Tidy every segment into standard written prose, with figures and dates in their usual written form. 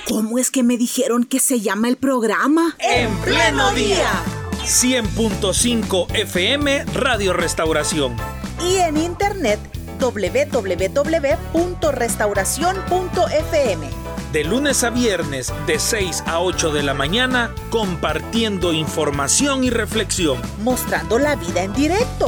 ¿Cómo es que me dijeron que se llama el programa? ¡En pleno día! 100.5 FM Radio Restauración. Y en internet www.restauracion.fm. De lunes a viernes, de 6 a 8 de la mañana, compartiendo información y reflexión. Mostrando la vida en directo.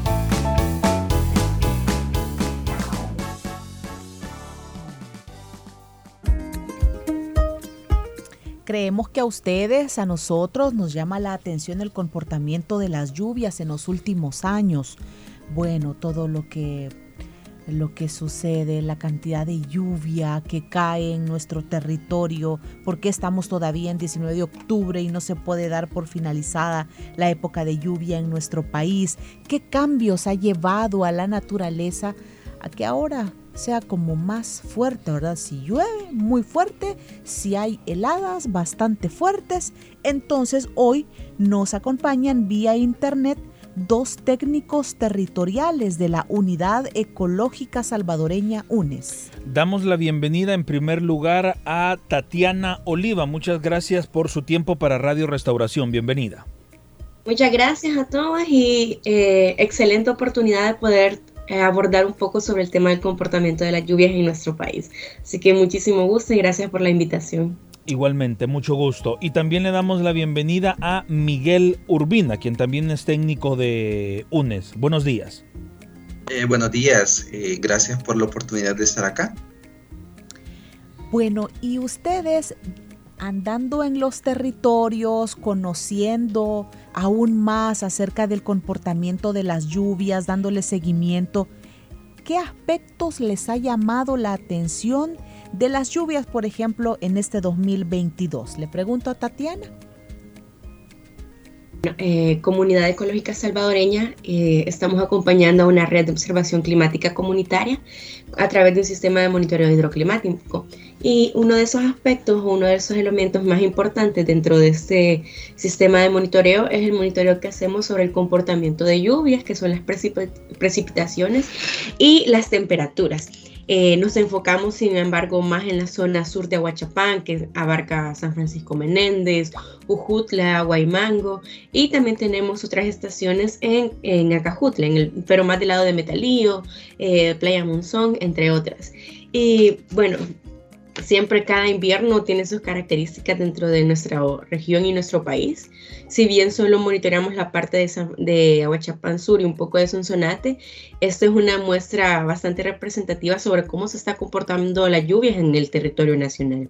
Creemos que a ustedes, a nosotros, nos llama la atención el comportamiento de las lluvias en los últimos años. Bueno, todo lo que sucede, la cantidad de lluvia que cae en nuestro territorio, por qué estamos todavía en 19 de octubre y no se puede dar por finalizada la época de lluvia en nuestro país, qué cambios ha llevado a la naturaleza a que ahora sea como más fuerte, ¿verdad? Si llueve muy fuerte, si hay heladas bastante fuertes. Entonces hoy nos acompañan vía internet 2 técnicos territoriales de la Unidad Ecológica Salvadoreña UNES. Damos la bienvenida en primer lugar a Tatiana Oliva. Muchas gracias por su tiempo para Radio Restauración. Bienvenida. Muchas gracias a todos y excelente oportunidad de poder abordar un poco sobre el tema del comportamiento de las lluvias en nuestro país. Así que muchísimo gusto y gracias por la invitación. Igualmente, mucho gusto. Y también le damos la bienvenida a Miguel Urbina, quien también es técnico de UNES. Buenos días. Buenos días, gracias por la oportunidad de estar acá. Bueno, y ustedes andando en los territorios, conociendo aún más acerca del comportamiento de las lluvias, dándole seguimiento, ¿qué aspectos les ha llamado la atención de las lluvias, por ejemplo, en este 2022? Le pregunto a Tatiana. Comunidad Ecológica Salvadoreña, estamos acompañando a una red de observación climática comunitaria a través de un sistema de monitoreo hidroclimático. Y uno de esos aspectos, uno de esos elementos más importantes dentro de este sistema de monitoreo es el monitoreo que hacemos sobre el comportamiento de lluvias, que son las precipitaciones y las temperaturas. Nos enfocamos, sin embargo, más en la zona sur de Ahuachapán, que abarca San Francisco Menéndez, Ujutla, Guaymango, y también tenemos otras estaciones en Acajutla, pero más del lado de Metalío, Playa Monzón, entre otras. Y bueno, siempre cada invierno tiene sus características dentro de nuestra región y nuestro país. Si bien solo monitoreamos la parte de Ahuachapán Sur y un poco de Sonsonate, esto es una muestra bastante representativa sobre cómo se está comportando las lluvias en el territorio nacional.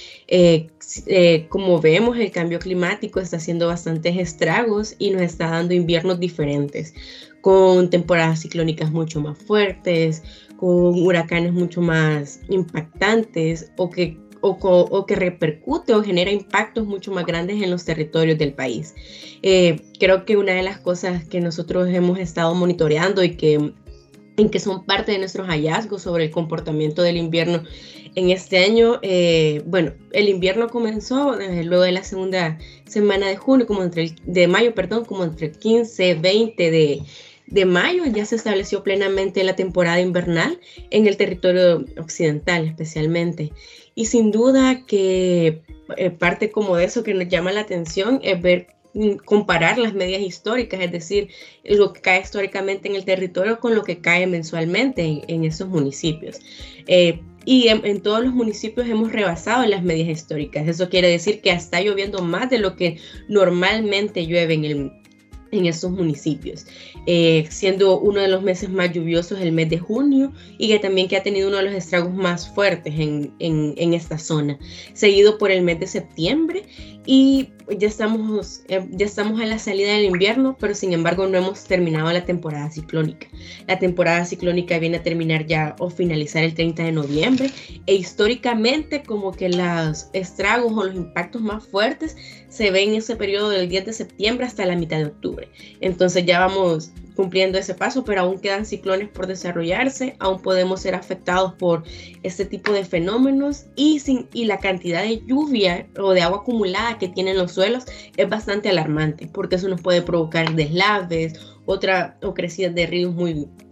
Como vemos, el cambio climático está haciendo bastantes estragos y nos está dando inviernos diferentes, con temporadas ciclónicas mucho más fuertes, con huracanes mucho más impactantes o que repercute o genera impactos mucho más grandes en los territorios del país. Creo que una de las cosas que nosotros hemos estado monitoreando y que son parte de nuestros hallazgos sobre el comportamiento del invierno en este año, el invierno comenzó luego de la segunda semana de junio, como entre el 15 y 20 de mayo ya se estableció plenamente la temporada invernal en el territorio occidental especialmente. Y sin duda que parte como de eso que nos llama la atención es comparar las medias históricas, es decir, lo que cae históricamente en el territorio con lo que cae mensualmente en esos municipios. Y en todos los municipios hemos rebasado las medias históricas. Eso quiere decir que está lloviendo más de lo que normalmente llueve en estos municipios, siendo uno de los meses más lluviosos el mes de junio y que ha tenido uno de los estragos más fuertes en esta zona, seguido por el mes de septiembre, y ya estamos a la salida del invierno, pero sin embargo no hemos terminado la temporada ciclónica. La temporada ciclónica viene a terminar ya o finalizar el 30 de noviembre e históricamente como que los estragos o los impactos más fuertes se ven en ese periodo del 10 de septiembre hasta la mitad de octubre. Entonces ya vamos cumpliendo ese paso, pero aún quedan ciclones por desarrollarse, aún podemos ser afectados por este tipo de fenómenos y la cantidad de lluvia o de agua acumulada que tienen los suelos es bastante alarmante, porque eso nos puede provocar deslaves o crecidas de ríos muy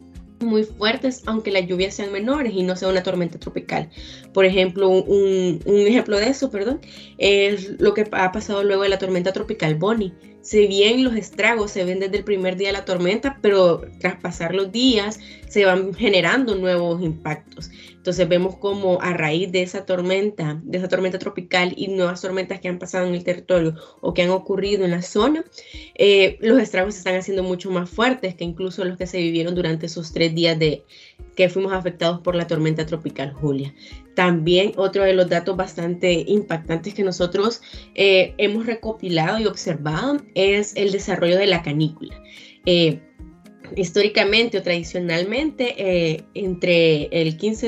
muy fuertes, aunque las lluvias sean menores y no sea una tormenta tropical. Por ejemplo, un ejemplo de eso, es lo que ha pasado luego de la tormenta tropical Bonnie. Si bien los estragos se ven desde el primer día de la tormenta, pero tras pasar los días se van generando nuevos impactos. Entonces vemos como a raíz de esa tormenta tropical y nuevas tormentas que han pasado en el territorio o que han ocurrido en la zona, los estragos se están haciendo mucho más fuertes que incluso los que se vivieron durante esos 3 días que fuimos afectados por la tormenta tropical Julia. También otro de los datos bastante impactantes que nosotros hemos recopilado y observado es el desarrollo de la canícula. Históricamente o tradicionalmente, entre el 15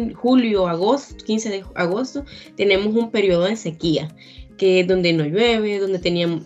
de15 de agosto, tenemos un periodo de sequía, que es donde no llueve, donde tenemos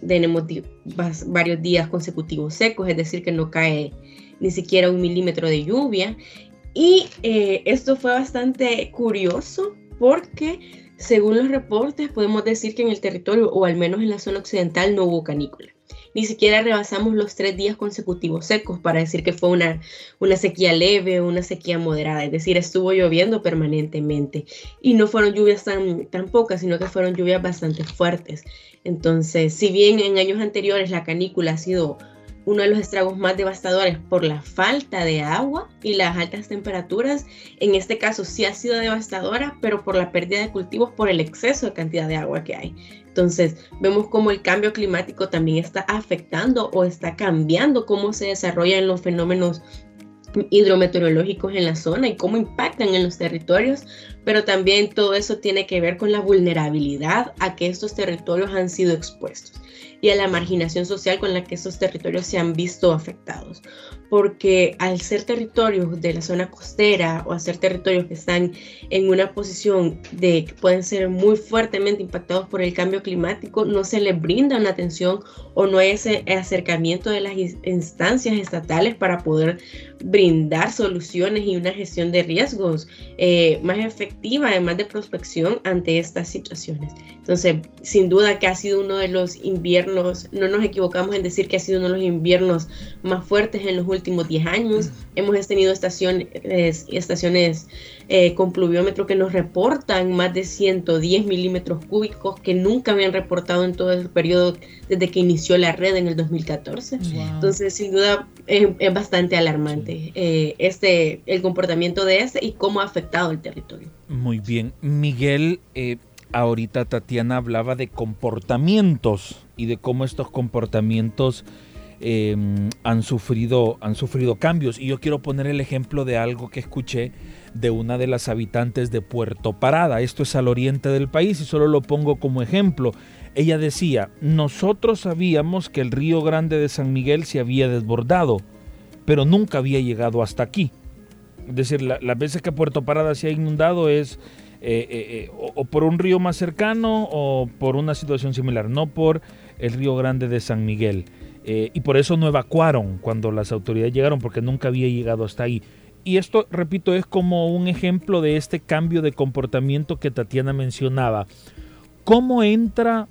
varios días consecutivos secos, es decir, que no cae ni siquiera 1 milímetro de lluvia. Y esto fue bastante curioso porque, según los reportes, podemos decir que en el territorio, o al menos en la zona occidental, no hubo canícula. Ni siquiera rebasamos los 3 días consecutivos secos para decir que fue una sequía leve o una sequía moderada. Es decir, estuvo lloviendo permanentemente. Y no fueron lluvias tan pocas, sino que fueron lluvias bastante fuertes. Entonces, si bien en años anteriores la canícula ha sido uno de los estragos más devastadores por la falta de agua y las altas temperaturas, en este caso sí ha sido devastadora, pero por la pérdida de cultivos, por el exceso de cantidad de agua que hay. Entonces, vemos cómo el cambio climático también está afectando o está cambiando cómo se desarrollan los fenómenos hidrometeorológicos en la zona y cómo impactan en los territorios, pero también todo eso tiene que ver con la vulnerabilidad a que estos territorios han sido expuestos y a la marginación social con la que estos territorios se han visto afectados. Porque al ser territorios de la zona costera o al ser territorios que están en una posición de que pueden ser muy fuertemente impactados por el cambio climático, no se les brinda una atención o no hay ese acercamiento de las instancias estatales para poder brindar soluciones y una gestión de riesgos más efectiva, además de prospección ante estas situaciones. Entonces, sin duda que ha sido uno de los inviernos, no nos equivocamos en decir que ha sido uno de los inviernos más fuertes en los últimos 10 años. Hemos tenido estaciones con pluviómetro que nos reportan más de 110 milímetros cúbicos que nunca habían reportado en todo el periodo desde que inició la red en el 2014. Wow. Entonces, sin duda, es bastante alarmante el comportamiento de y cómo ha afectado el territorio. Muy bien. Miguel, ahorita Tatiana hablaba de comportamientos y de cómo estos comportamientos han sufrido cambios, y yo quiero poner el ejemplo de algo que escuché de una de las habitantes de Puerto Parada. Esto es al oriente del país y solo lo pongo como ejemplo. Ella decía: nosotros sabíamos que el río Grande de San Miguel se había desbordado, pero nunca había llegado hasta aquí. Es decir, las veces que Puerto Parada se ha inundado es o por un río más cercano o por una situación similar, no por el río Grande de San Miguel. Y por eso no evacuaron cuando las autoridades llegaron, porque nunca había llegado hasta ahí. Y esto, repito, es como un ejemplo de este cambio de comportamiento que Tatiana mencionaba. ¿Cómo entra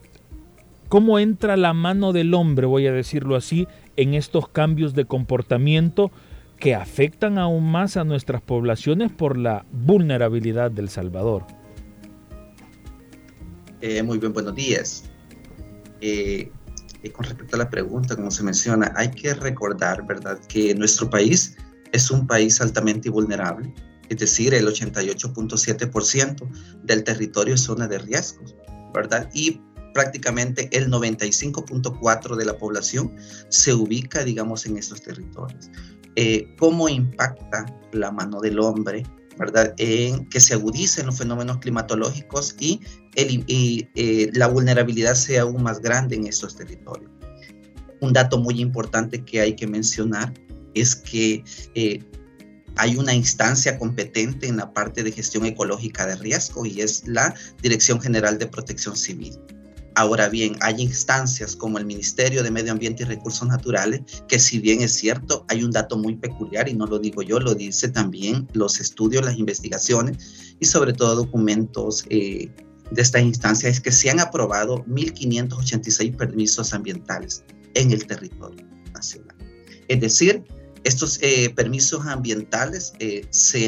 la mano del hombre, voy a decirlo así, en estos cambios de comportamiento que afectan aún más a nuestras poblaciones por la vulnerabilidad del Salvador? Muy bien, buenos días. Con respecto a la pregunta, como se menciona, hay que recordar, ¿verdad?, que nuestro país es un país altamente vulnerable, es decir, el 88.7% del territorio es zona de riesgos, ¿verdad? Y prácticamente el 95.4% de la población se ubica, digamos, en estos territorios. ¿Cómo impacta la mano del hombre, ¿verdad?, en que se agudicen los fenómenos climatológicos y la vulnerabilidad sea aún más grande en estos territorios? Un dato muy importante que hay que mencionar es que hay una instancia competente en la parte de gestión ecológica de riesgo y es la Dirección General de Protección Civil. Ahora bien, hay instancias como el Ministerio de Medio Ambiente y Recursos Naturales, que si bien es cierto, hay un dato muy peculiar y no lo digo yo, lo dice también los estudios, las investigaciones y sobre todo documentos de esta instancia, es que se han aprobado 1.586 permisos ambientales en el territorio nacional. Es decir, Estos permisos ambientales se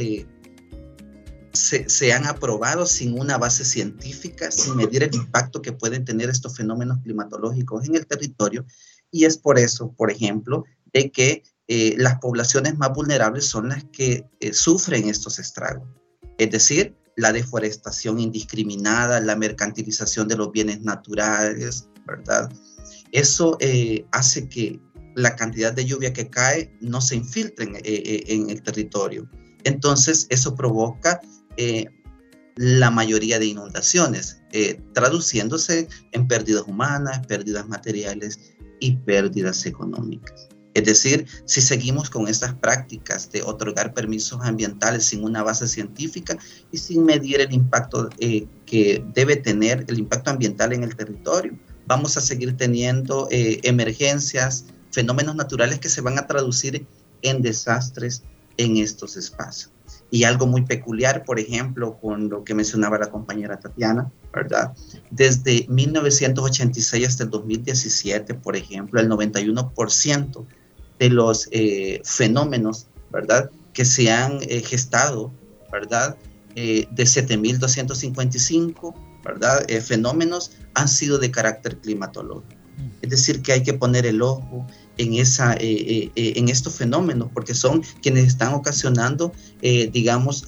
han aprobado sin una base científica, sin medir el impacto que pueden tener estos fenómenos climatológicos en el territorio, y es por eso, por ejemplo, de que las poblaciones más vulnerables son las que sufren estos estragos. Es decir, la deforestación indiscriminada, la mercantilización de los bienes naturales, ¿verdad? Eso hace que la cantidad de lluvia que cae no se infiltre en el territorio. Entonces, eso provoca la mayoría de inundaciones, traduciéndose en pérdidas humanas, pérdidas materiales y pérdidas económicas. Es decir, si seguimos con estas prácticas de otorgar permisos ambientales sin una base científica y sin medir el impacto que debe tener el impacto ambiental en el territorio, vamos a seguir teniendo emergencias, fenómenos naturales que se van a traducir en desastres en estos espacios. Y algo muy peculiar, por ejemplo, con lo que mencionaba la compañera Tatiana, ¿verdad? Desde 1986 hasta el 2017, por ejemplo, el 91% de los fenómenos, ¿verdad?, que se han gestado, ¿verdad?, de 7.255, ¿verdad?, fenómenos han sido de carácter climatológico. Es decir, que hay que poner el ojo en estos fenómenos, porque son quienes están ocasionando, digamos,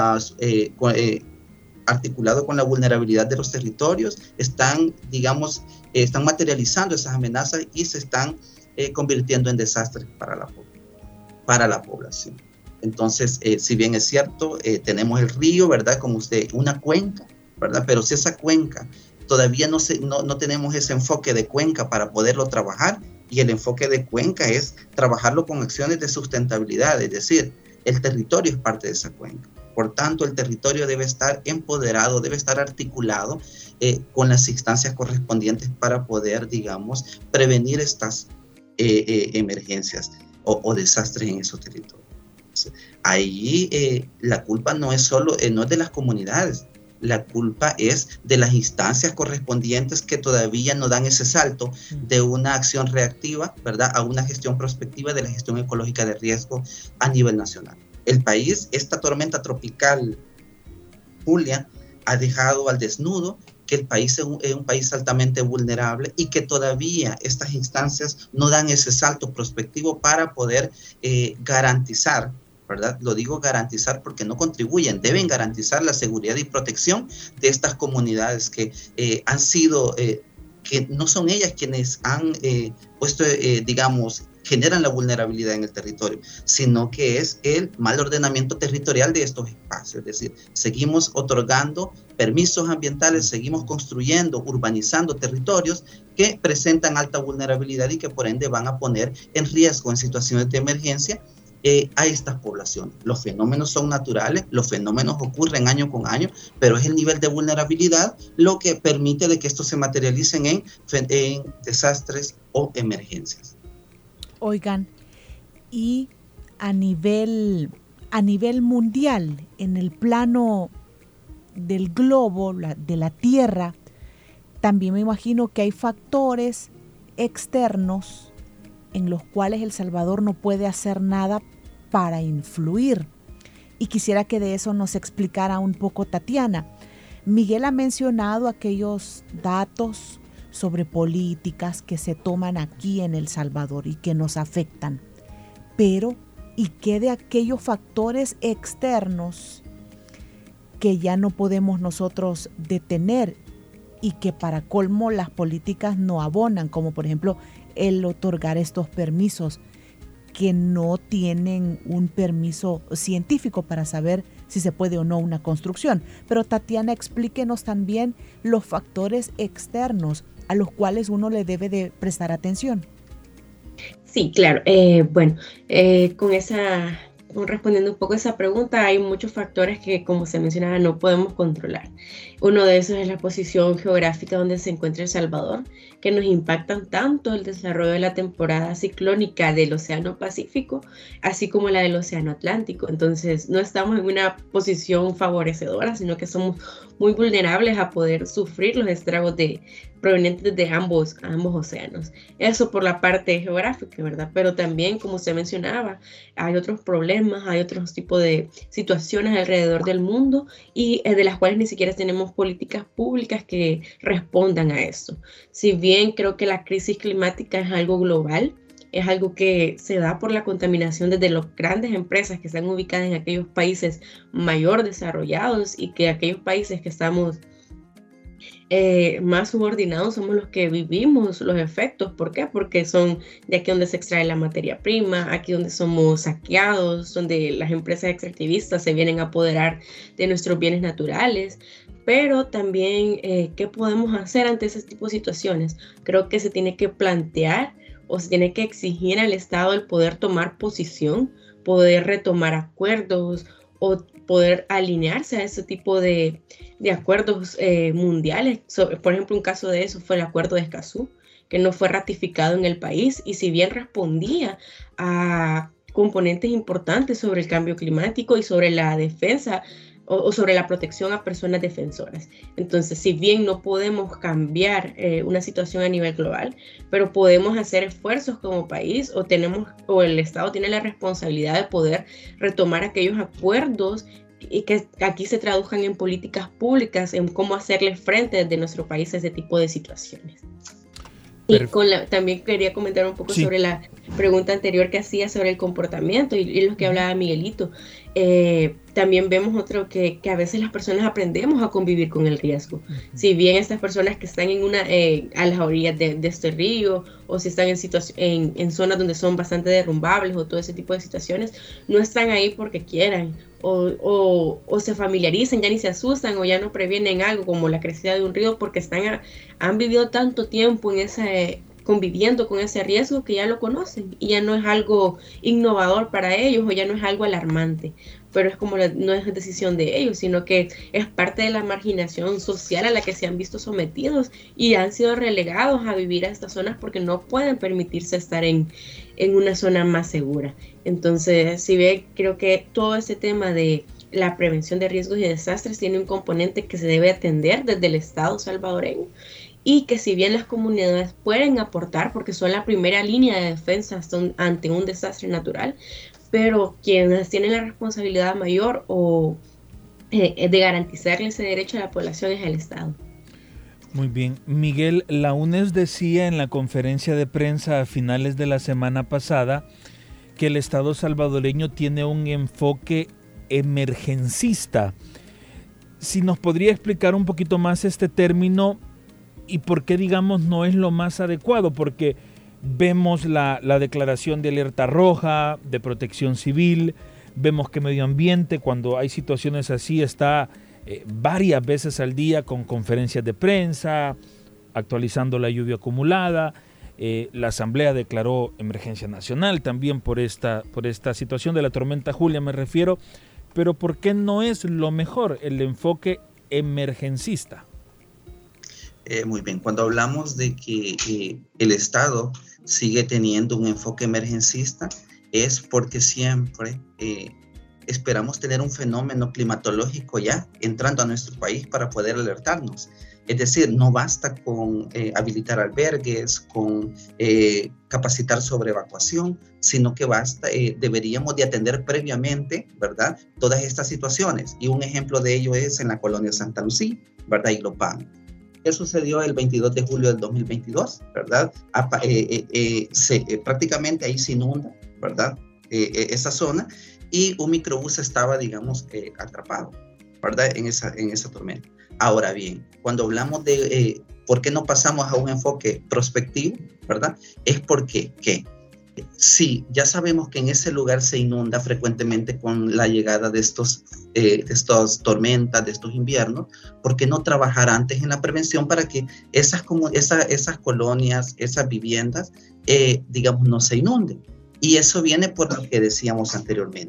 articulado con la vulnerabilidad de los territorios, están materializando esas amenazas y se están convirtiendo en desastres para la población. Entonces, si bien es cierto, tenemos el río, ¿verdad?, como una cuenca, ¿verdad?, pero si esa cuenca todavía no tenemos ese enfoque de cuenca para poderlo trabajar, y el enfoque de cuenca es trabajarlo con acciones de sustentabilidad, es decir, el territorio es parte de esa cuenca. Por tanto, el territorio debe estar empoderado, debe estar articulado con las instancias correspondientes para poder, digamos, prevenir estas emergencias o desastres en esos territorios. Ahí la culpa no es de las comunidades. La culpa es de las instancias correspondientes que todavía no dan ese salto de una acción reactiva, ¿verdad?, a una gestión prospectiva de la gestión ecológica de riesgo a nivel nacional. El país, esta tormenta tropical, Julia, ha dejado al desnudo que el país es un país altamente vulnerable y que todavía estas instancias no dan ese salto prospectivo para poder garantizar, ¿verdad? Lo digo garantizar porque no contribuyen, deben garantizar la seguridad y protección de estas comunidades que han sido, que no son ellas quienes han puesto, digamos, generan la vulnerabilidad en el territorio, sino que es el mal ordenamiento territorial de estos espacios. Es decir, seguimos otorgando permisos ambientales, seguimos construyendo, urbanizando territorios que presentan alta vulnerabilidad y que por ende van a poner en riesgo en situaciones de emergencia a estas poblaciones. Los fenómenos son naturales, los fenómenos ocurren año con año, pero es el nivel de vulnerabilidad lo que permite de que estos se materialicen en desastres o emergencias. Oigan, y a nivel mundial, en el plano del globo, de la Tierra, también me imagino que hay factores externos en los cuales El Salvador no puede hacer nada para influir. Y quisiera que de eso nos explicara un poco Tatiana. Miguel ha mencionado aquellos datos sobre políticas que se toman aquí en El Salvador y que nos afectan. Pero, ¿y qué de aquellos factores externos que ya no podemos nosotros detener y que para colmo las políticas no abonan, como por ejemplo el otorgar estos permisos que no tienen un permiso científico para saber si se puede o no una construcción? Pero Tatiana, explíquenos también los factores externos a los cuales uno le debe de prestar atención. Sí, claro. Con respondiendo un poco a esa pregunta, hay muchos factores que, como se mencionaba, no podemos controlar. Uno de esos es la posición geográfica donde se encuentra El Salvador, que nos impactan tanto el desarrollo de la temporada ciclónica del Océano Pacífico, así como la del Océano Atlántico. Entonces, no estamos en una posición favorecedora, sino que somos muy vulnerables a poder sufrir los estragos provenientes de ambos océanos. Eso por la parte geográfica, ¿verdad? Pero también, como usted mencionaba, hay otros problemas, hay otros tipos de situaciones alrededor del mundo y de las cuales ni siquiera tenemos políticas públicas que respondan a eso. Si bien creo que la crisis climática es algo global, es algo que se da por la contaminación desde las grandes empresas que están ubicadas en aquellos países mayor desarrollados y que aquellos países que estamos más subordinados somos los que vivimos los efectos. ¿Por qué? Porque son de aquí donde se extrae la materia prima, aquí donde somos saqueados, donde las empresas extractivistas se vienen a apoderar de nuestros bienes naturales. Pero también, ¿qué podemos hacer ante ese tipo de situaciones? Creo que se tiene que plantear o se tiene que exigir al Estado el poder tomar posición, poder retomar acuerdos o poder alinearse a ese tipo de acuerdos mundiales. Por ejemplo, un caso de eso fue el Acuerdo de Escazú, que no fue ratificado en el país y si bien respondía a componentes importantes sobre el cambio climático y sobre la defensa o sobre la protección a personas defensoras. Entonces, si bien no podemos cambiar una situación a nivel global, pero podemos hacer esfuerzos como país o el Estado tiene la responsabilidad de poder retomar aquellos acuerdos y que aquí se traduzcan en políticas públicas, en cómo hacerle frente desde nuestro país a ese tipo de situaciones. Y también quería comentar un poco sobre la pregunta anterior que hacía sobre el comportamiento y lo que hablaba Miguelito. También vemos otro que a veces las personas aprendemos a convivir con el riesgo. Si bien estas personas que están a las orillas de este río o si están en zonas donde son bastante derrumbables o todo ese tipo de situaciones, no están ahí porque quieran o se familiarizan, ya ni se asustan o ya no previenen algo como la crecida de un río porque han vivido tanto tiempo conviviendo con ese riesgo que ya lo conocen y ya no es algo innovador para ellos o ya no es algo alarmante, pero es como no es decisión de ellos, sino que es parte de la marginación social a la que se han visto sometidos y han sido relegados a vivir a estas zonas porque no pueden permitirse estar en una zona más segura. Entonces, si ve, creo que todo este tema de la prevención de riesgos y desastres tiene un componente que se debe atender desde el Estado salvadoreño y que si bien las comunidades pueden aportar porque son la primera línea de defensa ante un desastre natural, pero quienes tienen la responsabilidad mayor de garantizarle ese derecho a la población es el Estado. Muy bien. Miguel, la UNES decía en la conferencia de prensa a finales de la semana pasada que el Estado salvadoreño tiene un enfoque emergencista. Si nos podría explicar un poquito más este término y por qué, digamos, no es lo más adecuado, porque vemos la declaración de alerta roja, de protección civil, vemos que medio ambiente, cuando hay situaciones así, está varias veces al día con conferencias de prensa, actualizando la lluvia acumulada. La Asamblea declaró emergencia nacional también por esta situación de la tormenta Julia, me refiero, pero ¿por qué no es lo mejor el enfoque emergencista? Muy bien, cuando hablamos de que el Estado sigue teniendo un enfoque emergencista es porque siempre esperamos tener un fenómeno climatológico ya entrando a nuestro país para poder alertarnos. Es decir, no basta con habilitar albergues, con capacitar sobre evacuación, sino que deberíamos de atender previamente, ¿verdad?, todas estas situaciones. Y un ejemplo de ello es en la colonia Santa Lucía, ¿verdad?, y Lopán. ¿Qué sucedió el 22 de julio del 2022? ¿Verdad? Prácticamente ahí se inunda, ¿verdad?, esa zona, y un microbús estaba, digamos, atrapado, ¿verdad?, en esa tormenta. Ahora bien, cuando hablamos de por qué no pasamos a un enfoque prospectivo, ¿verdad?, es porque sí, ya sabemos que en ese lugar se inunda frecuentemente con la llegada de estas tormentas, de estos inviernos. ¿Por qué no trabajar antes en la prevención para que esas colonias, esas viviendas, digamos, no se inunden? Y eso viene por lo que decíamos anteriormente.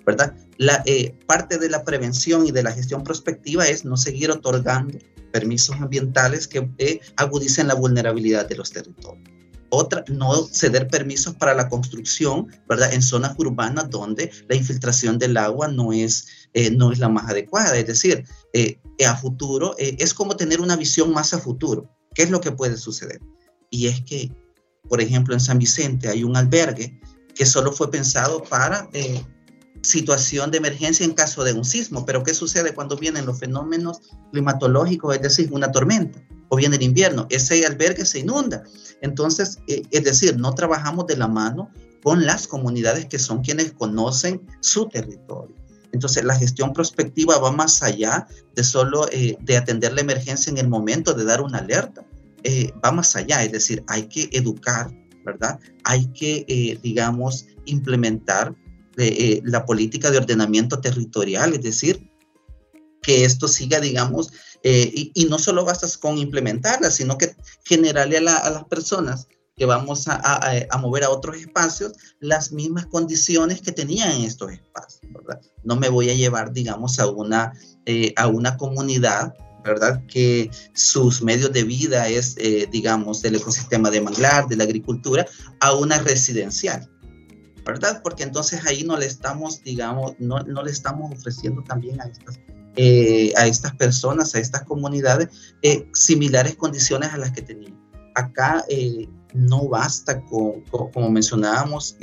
¿verdad? Parte de la prevención y de la gestión prospectiva es no seguir otorgando permisos ambientales que agudicen la vulnerabilidad de los territorios. Otra, no ceder permisos para la construcción, ¿verdad? En zonas urbanas donde la infiltración del agua no es la más adecuada. Es decir, a futuro, es como tener una visión más a futuro. ¿Qué es lo que puede suceder? Y es que, por ejemplo, en San Vicente hay un albergue que solo fue pensado para situación de emergencia en caso de un sismo. Pero ¿qué sucede cuando vienen los fenómenos climatológicos, es decir, una tormenta, o viene el invierno? Ese albergue se inunda. Entonces, es decir, no trabajamos de la mano con las comunidades que son quienes conocen su territorio. Entonces, la gestión prospectiva va más allá de solo de atender la emergencia en el momento de dar una alerta. Va más allá, es decir, hay que educar, ¿verdad? Hay que, digamos, implementar la política de ordenamiento territorial, es decir, que esto siga, digamos, y no solo basta con implementarla, sino que generarle a las personas que vamos a mover a otros espacios las mismas condiciones que tenían en estos espacios, ¿verdad? No me voy a llevar, digamos, a una comunidad, ¿verdad? Que sus medios de vida es, digamos, del ecosistema de manglar, de la agricultura, a una residencial, ¿verdad? Porque entonces ahí no le estamos, digamos, no le estamos ofreciendo también a estas personas, a estas comunidades, similares condiciones a las que tenían. Acá no basta como mencionábamos,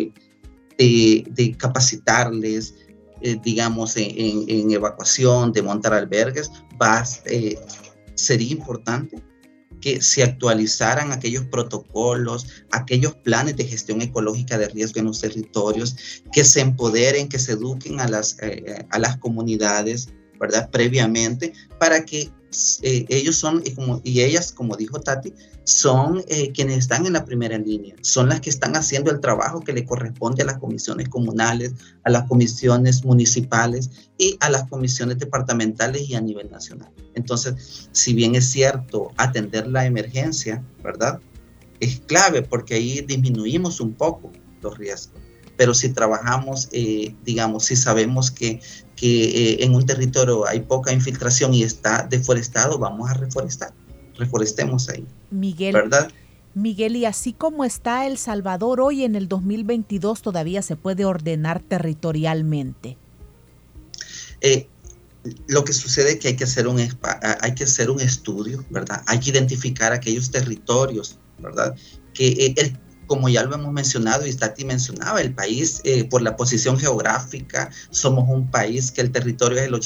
de capacitarles, digamos, en evacuación, de montar albergues. Sería importante que se actualizaran aquellos protocolos, aquellos planes de gestión ecológica de riesgo en los territorios, que se empoderen, que se eduquen a las comunidades, ¿verdad? Previamente, para que ellos son, y ellas, como dijo Tati, son quienes están en la primera línea, son las que están haciendo el trabajo que le corresponde a las comisiones comunales, a las comisiones municipales y a las comisiones departamentales y a nivel nacional. Entonces, si bien es cierto, atender la emergencia, ¿verdad?, es clave porque ahí disminuimos un poco los riesgos. Pero si trabajamos, digamos, si sabemos que en un territorio hay poca infiltración y está deforestado, vamos a reforestemos ahí. Miguel, ¿verdad? Miguel, y así como está El Salvador hoy en el 2022, ¿todavía se puede ordenar territorialmente? Lo que sucede es que hay que hacer un estudio, ¿verdad? Hay que identificar aquellos territorios, ¿verdad? Como ya lo hemos mencionado y Tati mencionaba, el país, por la posición geográfica, somos un país que el territorio es el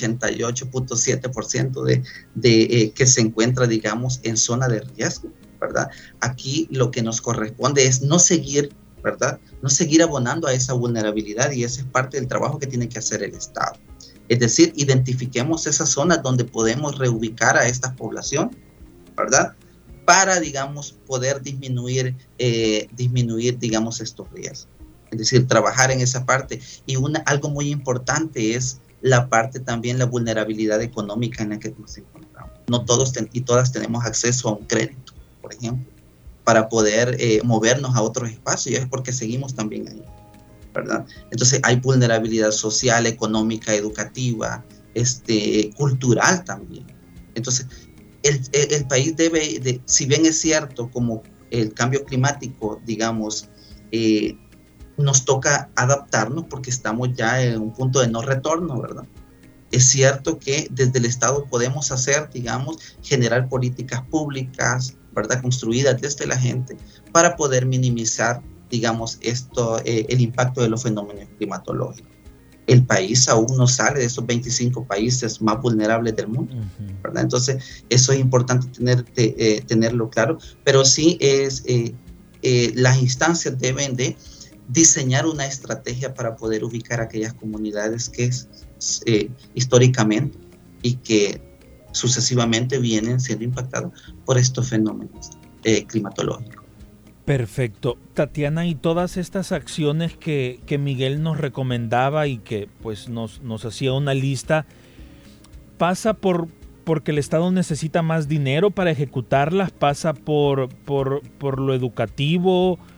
88.7% que se encuentra, digamos, en zona de riesgo, ¿verdad? Aquí lo que nos corresponde es no seguir, ¿verdad? No seguir abonando a esa vulnerabilidad, y ese es parte del trabajo que tiene que hacer el Estado. Es decir, identifiquemos esas zonas donde podemos reubicar a esta población, ¿verdad?, para, digamos, poder disminuir, digamos, estos riesgos. Es decir, trabajar en esa parte. Y algo muy importante es la parte también, la vulnerabilidad económica en la que nos encontramos. No todos y todas tenemos acceso a un crédito, por ejemplo, para poder movernos a otros espacios, y es porque seguimos también ahí, ¿verdad? Entonces hay vulnerabilidad social, económica, educativa, cultural también. Entonces, el país debe, si bien es cierto, como el cambio climático, digamos, nos toca adaptarnos porque estamos ya en un punto de no retorno, ¿verdad? Es cierto que desde el Estado podemos hacer, digamos, generar políticas públicas, ¿verdad?, construidas desde la gente para poder minimizar, digamos, el impacto de los fenómenos climatológicos. El país aún no sale de esos 25 países más vulnerables del mundo, ¿verdad? Entonces, eso es importante tenerlo claro, pero sí las instancias deben de diseñar una estrategia para poder ubicar aquellas comunidades que históricamente y que sucesivamente vienen siendo impactadas por estos fenómenos climatológicos. Perfecto. Tatiana, y todas estas acciones que Miguel nos recomendaba y que pues nos hacía una lista, ¿pasa porque el Estado necesita más dinero para ejecutarlas? ¿Pasa por lo educativo?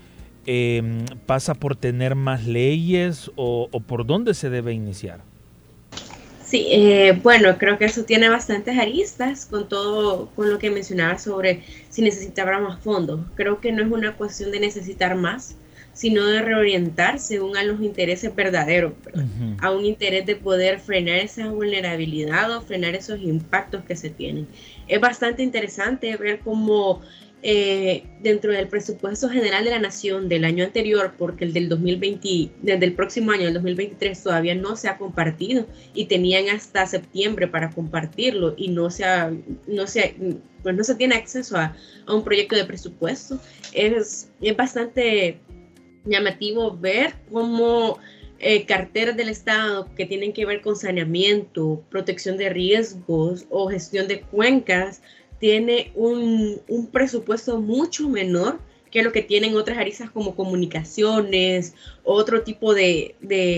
¿Pasa por tener más leyes o por dónde se debe iniciar? Sí, bueno, creo que eso tiene bastantes aristas con lo que mencionaba sobre si necesitaba más fondos. Creo que no es una cuestión de necesitar más, sino de reorientar según a los intereses verdaderos, uh-huh. A un interés de poder frenar esa vulnerabilidad o frenar esos impactos que se tienen. Es bastante interesante ver cómo dentro del presupuesto general de la nación del año anterior, porque el del 2020, desde el próximo año, el 2023, todavía no se ha compartido y tenían hasta septiembre para compartirlo y no se tiene acceso a un proyecto de presupuesto. Es bastante llamativo ver cómo carteras del Estado que tienen que ver con saneamiento, protección de riesgos o gestión de cuencas tiene un presupuesto mucho menor que lo que tienen otras aristas como comunicaciones, otro tipo de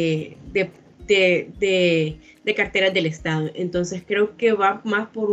carteras del Estado. Entonces creo que va más por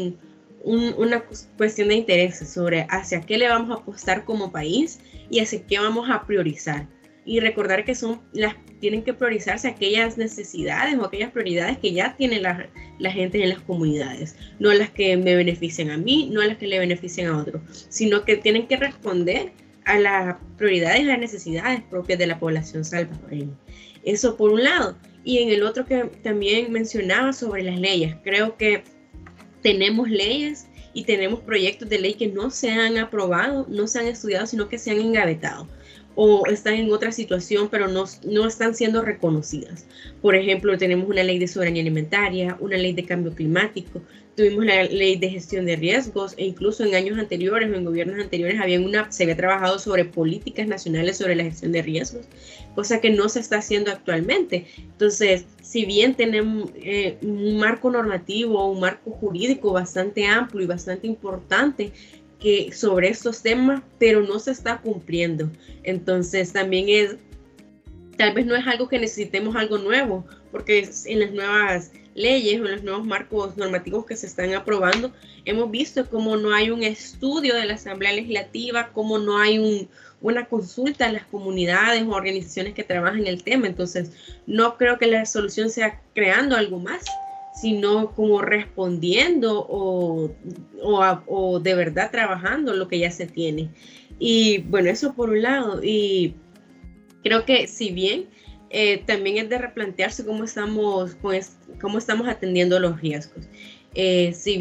una cuestión de intereses sobre hacia qué le vamos a apostar como país y hacia qué vamos a priorizar. Y recordar que tienen que priorizarse aquellas necesidades o aquellas prioridades que ya tiene la gente en las comunidades, no las que me beneficien a mí, no las que le beneficien a otros, sino que tienen que responder a las prioridades y las necesidades propias de la población salvadoreña. Eso por un lado. Y en el otro que también mencionaba sobre las leyes, creo que tenemos leyes y tenemos proyectos de ley que no se han aprobado, no se han estudiado, sino que se han engavetado o están en otra situación, pero no están siendo reconocidas. Por ejemplo, tenemos una ley de soberanía alimentaria, una ley de cambio climático, tuvimos la ley de gestión de riesgos e incluso en años anteriores o en gobiernos anteriores se había trabajado sobre políticas nacionales sobre la gestión de riesgos, cosa que no se está haciendo actualmente. Entonces, si bien tenemos un marco normativo, un marco jurídico bastante amplio y bastante importante, sobre estos temas, pero no se está cumpliendo. Entonces también tal vez no es algo que necesitemos algo nuevo, porque en las nuevas leyes o en los nuevos marcos normativos que se están aprobando, hemos visto cómo no hay un estudio de la Asamblea Legislativa, cómo no hay una consulta a las comunidades o organizaciones que trabajan en el tema. Entonces no creo que la solución sea creando algo más, sino como respondiendo o de verdad trabajando lo que ya se tiene. Y bueno, eso por un lado. Y creo que si bien también es de replantearse cómo estamos atendiendo los riesgos. Si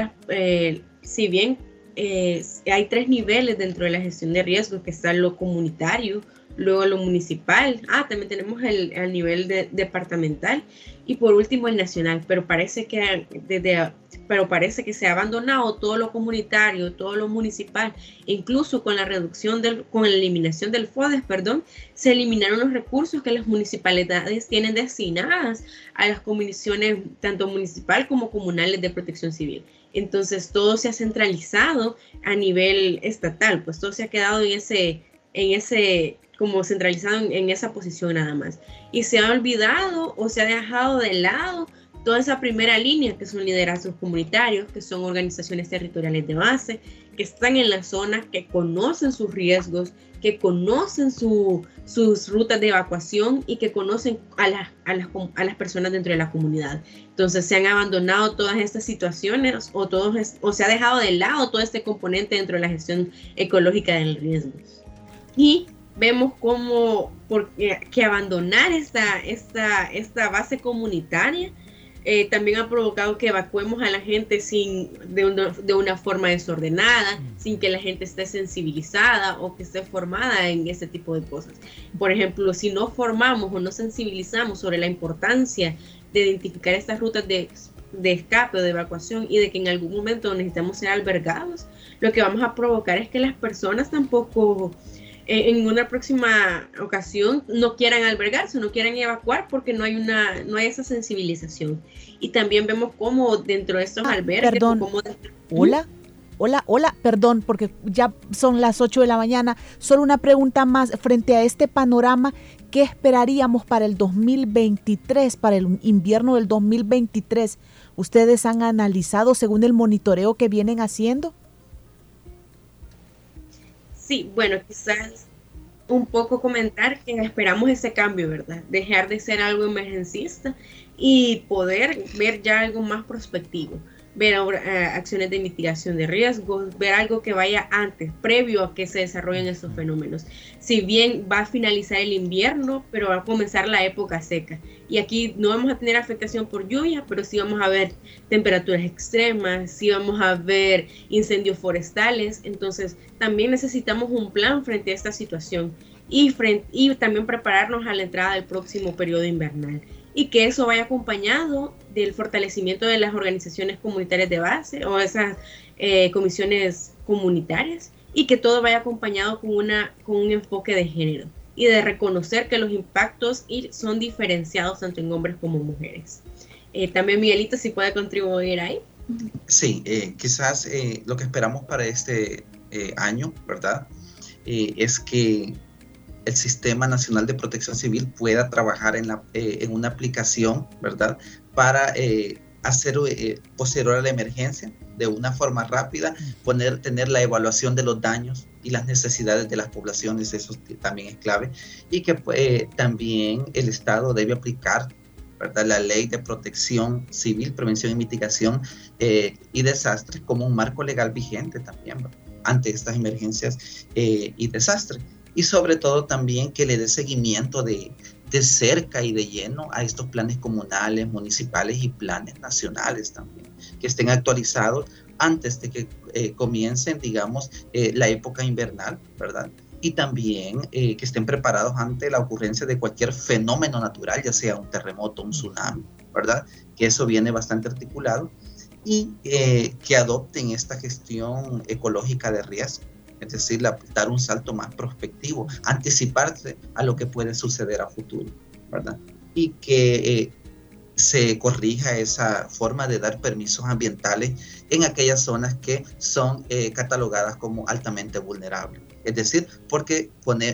bien hay 3 niveles dentro de la gestión de riesgos, que está lo comunitario, luego lo municipal, también tenemos el nivel departamental y por último el nacional, pero parece que se ha abandonado todo lo comunitario, todo lo municipal, incluso con la eliminación del FODES, se eliminaron los recursos que las municipalidades tienen destinadas a las comisiones tanto municipal como comunales de protección civil. Entonces todo se ha centralizado a nivel estatal, pues todo se ha quedado como centralizado en esa posición nada más. Y se ha olvidado o se ha dejado de lado toda esa primera línea, que son liderazgos comunitarios, que son organizaciones territoriales de base, que están en la zona, que conocen sus riesgos, que conocen sus rutas de evacuación y que conocen a las personas dentro de la comunidad. Entonces se han abandonado todas estas situaciones o se ha dejado de lado todo este componente dentro de la gestión ecológica del riesgo. Y vemos cómo que abandonar esta base comunitaria también ha provocado que evacuemos a la gente de una forma desordenada, sin que la gente esté sensibilizada o que esté formada en ese tipo de cosas. Por ejemplo, si no formamos o no sensibilizamos sobre la importancia de identificar estas rutas de escape o de evacuación y de que en algún momento necesitamos ser albergados, lo que vamos a provocar es que las personas tampoco en una próxima ocasión no quieran albergarse, no quieran evacuar porque no hay esa sensibilización. Y también vemos cómo dentro de estos albergues... Perdón, hola, perdón, porque ya son las 8 de la mañana. Solo una pregunta más. Frente a este panorama, ¿qué esperaríamos para el 2023, para el invierno del 2023? ¿Ustedes han analizado según el monitoreo que vienen haciendo? Sí, bueno, quizás un poco comentar que esperamos ese cambio, ¿verdad? Dejar de ser algo emergencista y poder ver ya algo más prospectivo, ver acciones de mitigación de riesgos, ver algo que vaya antes, previo a que se desarrollen estos fenómenos. Si bien va a finalizar el invierno, pero va a comenzar la época seca. Y aquí no vamos a tener afectación por lluvia, pero sí vamos a ver temperaturas extremas, sí vamos a ver incendios forestales. Entonces también necesitamos un plan frente a esta situación y también prepararnos a la entrada del próximo periodo invernal. Y que eso vaya acompañado del fortalecimiento de las organizaciones comunitarias de base o esas comisiones comunitarias, y que todo vaya acompañado con un enfoque de género y de reconocer que los impactos son diferenciados tanto en hombres como mujeres. También Miguelito, si puede contribuir ahí. Sí, quizás lo que esperamos para este año, ¿verdad? Es que el Sistema Nacional de Protección Civil pueda trabajar en una aplicación, ¿verdad?, para hacer posterior a la emergencia de una forma rápida, tener la evaluación de los daños y las necesidades de las poblaciones. Eso también es clave, y que también el Estado debe aplicar, ¿verdad?, la Ley de Protección Civil, Prevención y Mitigación y Desastres como un marco legal vigente también, ¿verdad?, ante estas emergencias y desastres. Y sobre todo también que le dé seguimiento de cerca y de lleno a estos planes comunales, municipales y planes nacionales también, que estén actualizados antes de que comiencen, digamos, la época invernal, ¿verdad? Y también que estén preparados ante la ocurrencia de cualquier fenómeno natural, ya sea un terremoto, un tsunami, ¿verdad? Que eso viene bastante articulado, y que adopten esta gestión ecológica de riesgo. Es decir, dar un salto más prospectivo, anticiparse a lo que puede suceder a futuro, ¿verdad? Y que se corrija esa forma de dar permisos ambientales en aquellas zonas que son catalogadas como altamente vulnerables. Es decir, porque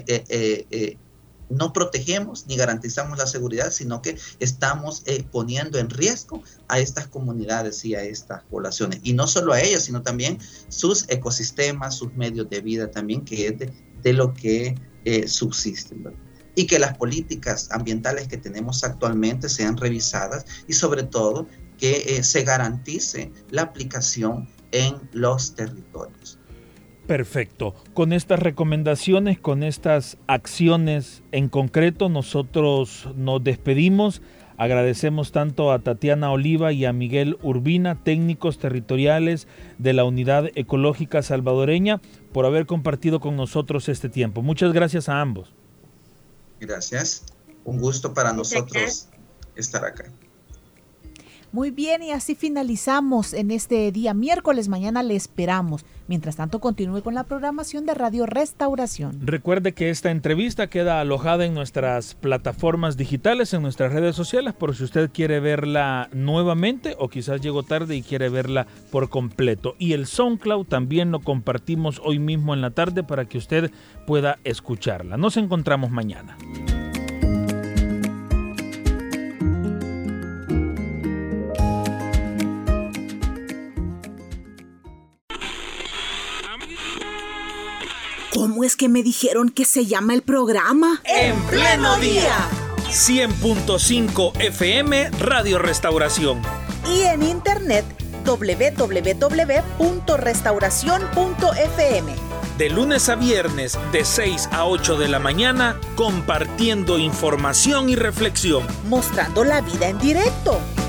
no protegemos ni garantizamos la seguridad, sino que estamos poniendo en riesgo a estas comunidades y a estas poblaciones. Y no solo a ellas, sino también sus ecosistemas, sus medios de vida también, que es de lo que subsisten, ¿verdad? Y que las políticas ambientales que tenemos actualmente sean revisadas, y sobre todo que se garantice la aplicación en los territorios. Perfecto. Con estas recomendaciones, con estas acciones en concreto, nosotros nos despedimos. Agradecemos tanto a Tatiana Oliva y a Miguel Urbina, técnicos territoriales de la Unidad Ecológica Salvadoreña, por haber compartido con nosotros este tiempo. Muchas gracias a ambos. Gracias. Un gusto para nosotros estar acá. Muy bien, y así finalizamos en este día miércoles. Mañana le esperamos. Mientras tanto, continúe con la programación de Radio Restauración. Recuerde que esta entrevista queda alojada en nuestras plataformas digitales, en nuestras redes sociales, por si usted quiere verla nuevamente o quizás llegó tarde y quiere verla por completo. Y el SoundCloud también lo compartimos hoy mismo en la tarde para que usted pueda escucharla. Nos encontramos mañana. ¿Cómo es que me dijeron que se llama el programa? ¡En pleno día! 100.5 FM Radio Restauración. Y en internet www.restauracion.fm. De lunes a viernes, de 6 a 8 de la mañana, compartiendo información y reflexión. Mostrando la vida en directo.